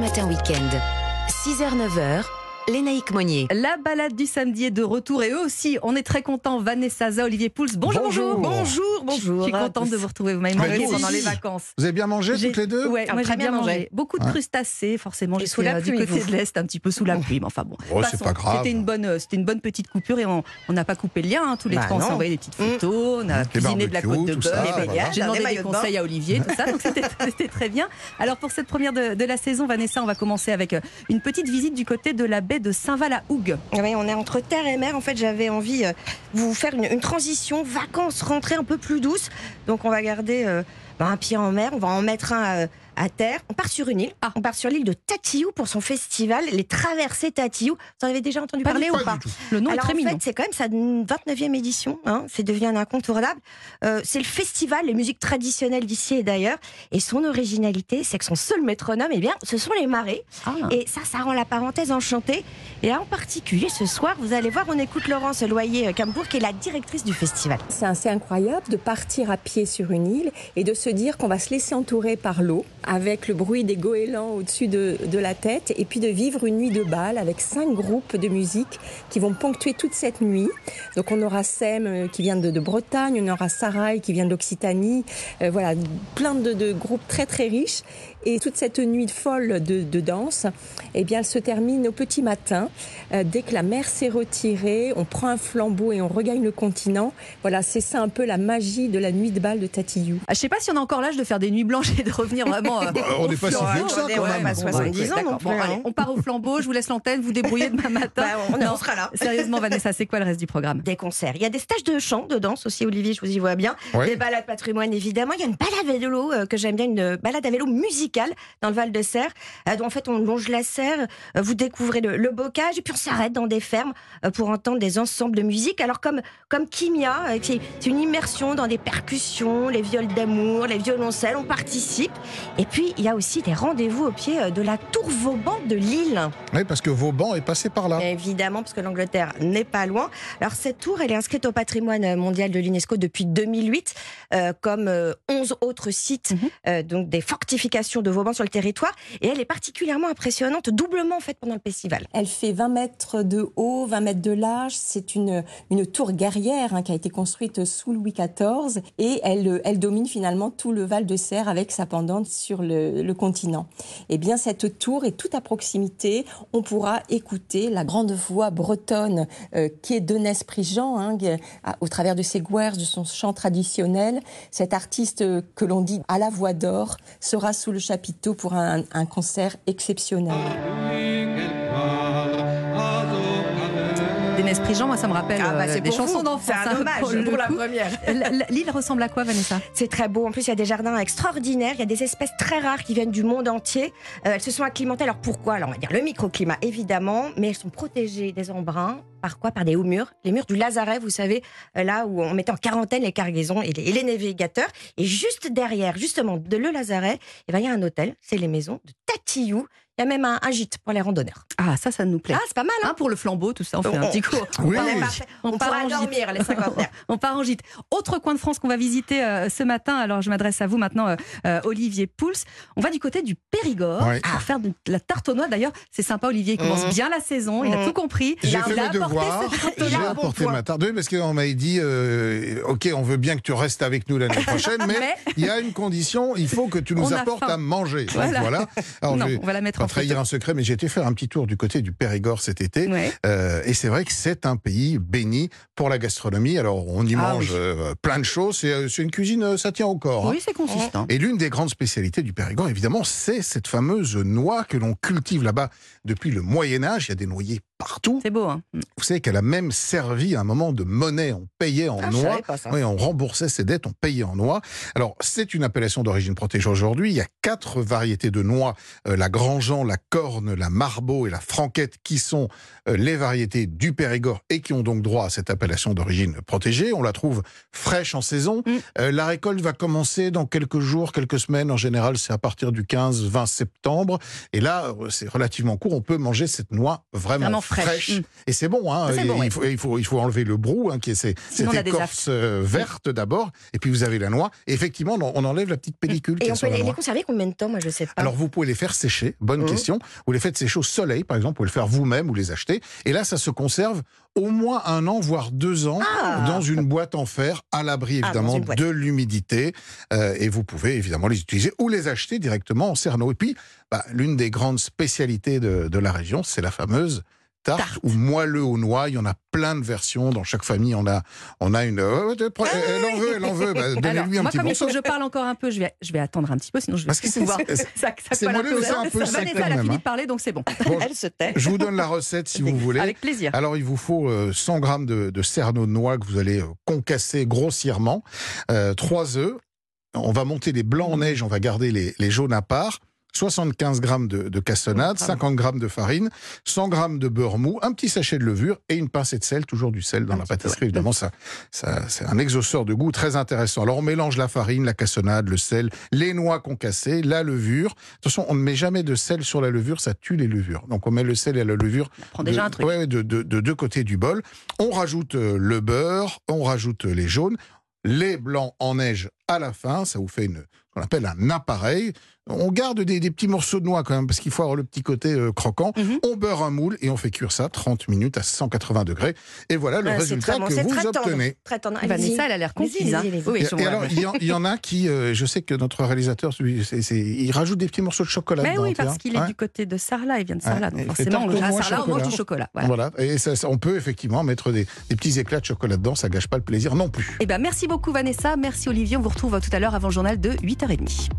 Matin Week-end. 6h-9h, Lénaïque Monnier. La balade du samedi est de retour et eux aussi, on est très contents. Vanessa, Za, Olivier Pouls, bonjour. Bonjour. Je suis contente de vous retrouver. Vous m'avez manqué pendant les vacances. Vous avez bien mangé toutes les deux? Ouais, moi j'ai bien mangé. Beaucoup de crustacés, forcément. Sous la pluie, du côté de l'Est, un petit peu sous la pluie. Mais enfin bon, c'est pas grave. C'était une bonne petite coupure et on n'a pas coupé le lien. Tous les trois, on s'est envoyé des petites photos, on a cuisiné de la côte de bœuf. J'ai demandé des conseils à Olivier, tout ça. Donc c'était très bien. Alors pour cette première de la saison, Vanessa, on va commencer avec une petite visite du côté de la baie de Saint-Val-à-Hougue. Oui, on est entre terre et mer. En fait, j'avais envie de vous faire une transition vacances, rentrée un peu plus douce. Donc, on va garder un pied en mer. On va en mettre un à terre. On part sur une île. On part sur l'île de Tatiou pour son festival, les Traversées Tatiou. Vous en avez déjà entendu parler ou pas? Le nom est très mignon. En fait, c'est quand même sa 29e édition. C'est devenu un incontournable. C'est le festival, les musiques traditionnelles d'ici et d'ailleurs. Et son originalité, c'est que son seul métronome, ce sont les marées. Et ça rend la parenthèse enchantée. Et en particulier, ce soir, vous allez voir, on écoute Laurence Loyer-Cambourg, qui est la directrice du festival. C'est assez incroyable de partir à pied sur une île et de se dire qu'on va se laisser entourer par l'eau, avec le bruit des goélands au-dessus de la tête, et puis de vivre une nuit de bal avec 5 groupes de musique qui vont ponctuer toute cette nuit. Donc on aura Sem qui vient de Bretagne, on aura Sarai qui vient de l'Occitanie, voilà, plein de groupes très très riches. Et toute cette nuit folle de danse, eh bien, elle se termine au petit matin. Dès que la mer s'est retirée, on prend un flambeau et on regagne le continent. Voilà, c'est ça un peu la magie de la nuit de bal de Tatiou. Je ne sais pas si on a encore l'âge de faire des nuits blanches et de revenir vraiment. On n'est pas si vieux que ça quand même. On n'a pas 70 ans non plus. Allez, on part au flambeau, je vous laisse l'antenne, vous débrouillez demain matin. On sera là. Sérieusement, Vanessa, c'est quoi le reste du programme? Des concerts. Il y a des stages de chant, de danse aussi, Olivier, je vous y vois bien. Des balades patrimoine, évidemment. Il y a une balade à vélo que j'aime bien, une balade à vélo musicale dans le Val-de-Serre. En fait, on longe la serre, vous découvrez le bocage et puis on s'arrête dans des fermes pour entendre des ensembles de musique. Alors comme Kimia, c'est une immersion dans des percussions, les viols d'amour, les violoncelles, on participe. Et puis, il y a aussi des rendez-vous au pied de la tour Vauban de Lille. Oui, parce que Vauban est passé par là. Évidemment, parce que l'Angleterre n'est pas loin. Alors cette tour, elle est inscrite au patrimoine mondial de l'UNESCO depuis 2008, comme 11 autres sites, donc des fortifications de Vauban sur le territoire. Et elle est particulièrement impressionnante, doublement faite pendant le festival. Elle fait 20 mètres de haut, 20 mètres de large. C'est une tour guerrière qui a été construite sous Louis XIV. Et elle domine finalement tout le Val-de-Serre avec sa pendante sur le continent. Et bien cette tour est tout à proximité. On pourra écouter la grande voix bretonne qui est Denès Prigent, au travers de ses gouères, de son chant traditionnel. Cet artiste que l'on dit à la voix d'or sera sous le chapiteau pour un concert exceptionnel. Denès Prigent, moi ça me rappelle des chansons d'enfants. C'est un hommage pour la première. L'île ressemble à quoi, Vanessa? C'est très beau. En plus, il y a des jardins extraordinaires. Il y a des espèces très rares qui viennent du monde entier. Elles se sont acclimatées. Alors pourquoi? Alors on va dire le microclimat, évidemment, mais elles sont protégées des embruns. Par quoi? Par des hauts murs. Les murs du Lazaret, vous savez, là où on mettait en quarantaine les cargaisons et les navigateurs. Et juste derrière, justement, de le Lazaret, il y a un hôtel. C'est les maisons de Tatiou. Il y a même un gîte pour les randonneurs. Ah, ça nous plaît. Ah, c'est pas mal, pour le flambeau, tout ça, on fait un petit cours. On pourra dormir, les cinquantenaires. On part en gîte. Autre coin de France qu'on va visiter ce matin, alors je m'adresse à vous maintenant, Olivier Pouls. On va du côté du Périgord pour faire de la tarte aux noix. D'ailleurs, c'est sympa, Olivier, il commence bien la saison, il a tout compris. J'ai fait mes devoirs, j'ai apporté ma tarte. Oui, parce qu'on m'avait dit, ok, on veut bien que tu restes avec nous l'année prochaine, mais il y a une condition, il faut que tu nous apportes à manger. Voilà. Alors, on va la mettre en trahir un secret, mais j'ai été faire un petit tour du côté du Périgord cet été, et c'est vrai que c'est un pays béni pour la gastronomie. Alors on y mange plein de choses, c'est une cuisine, ça tient au corps. Oui, c'est consistant. Et l'une des grandes spécialités du Périgord, évidemment, c'est cette fameuse noix que l'on cultive là-bas depuis le Moyen-Âge. Il y a des noyers partout. C'est beau, Vous savez qu'elle a même servi à un moment de monnaie. On payait en noix. Oui, on remboursait ses dettes, on payait en noix. Alors, c'est une appellation d'origine protégée aujourd'hui. Il y a 4 variétés de noix. La Grand-Jean, la Corne, la Marbeau et la Franquette, qui sont les variétés du Périgord et qui ont donc droit à cette appellation d'origine protégée. On la trouve fraîche en saison. La récolte va commencer dans quelques jours, quelques semaines. En général, c'est à partir du 15-20 septembre. Et là, c'est relativement court. On peut manger cette noix vraiment fraîche. Et c'est bon, hein. Il faut enlever le brou, hein, qui est cette écorce verte d'abord, et puis vous avez la noix. Et effectivement, on enlève la petite pellicule. Et on peut les conserver combien de temps? Moi, je sais pas. Alors, vous pouvez les faire sécher. Bonne question. Vous les faites sécher au soleil, par exemple. Vous pouvez le faire vous-même ou les acheter. Et là, ça se conserve au moins 1 an, voire 2 ans, dans une boîte en fer, à l'abri évidemment de l'humidité. Et vous pouvez évidemment les utiliser ou les acheter directement en Cerno. Et puis, l'une des grandes spécialités de la région, c'est la fameuse tarte ou moelleux aux noix. Il y en a plein de versions. Dans chaque famille, on a une. Elle en veut. Donnez-lui un petit comme morceau. il faut que je parle encore un peu, je vais attendre un petit peu, sinon je vais pouvoir. C'est moelleux, c'est un peu sec. Vanessa, elle a fini de parler, donc c'est bon. Elle se tait. Je vous donne la recette si vous voulez. Avec plaisir. Alors, il vous faut 100 grammes de cerneau de noix que vous allez concasser grossièrement, 3 œufs. On va monter les blancs en neige, on va garder les jaunes à part. 75 grammes de cassonade, 50 grammes de farine, 100 grammes de beurre mou, un petit sachet de levure et une pincée de sel, toujours du sel dans la pâtisserie. Évidemment, ça c'est un exhausteur de goût très intéressant. Alors, on mélange la farine, la cassonade, le sel, les noix concassées, la levure. Attention, on ne met jamais de sel sur la levure, ça tue les levures. Donc, on met le sel et la levure de deux côtés du bol. On rajoute le beurre, on rajoute les jaunes, les blancs en neige à la fin. Ça vous fait ce qu'on appelle un appareil. On garde des petits morceaux de noix quand même, parce qu'il faut avoir le petit côté croquant. On beurre un moule et on fait cuire ça 30 minutes à 180 degrés. Et voilà le résultat que vous obtenez. Très tendre. Vanessa, elle a l'air conquise. Et alors, il y en a qui, je sais que notre réalisateur, il rajoute des petits morceaux de chocolat dedans. Oui, parce qu'il est du côté de Sarlat, il vient de Sarlat. Donc forcément, à Sarlat, on mange du chocolat. Voilà. Et on peut effectivement mettre des petits éclats de chocolat dedans, ça gâche pas le plaisir non plus. Merci beaucoup Vanessa, merci Olivier. On vous retrouve tout à l'heure avant le journal de 8h30.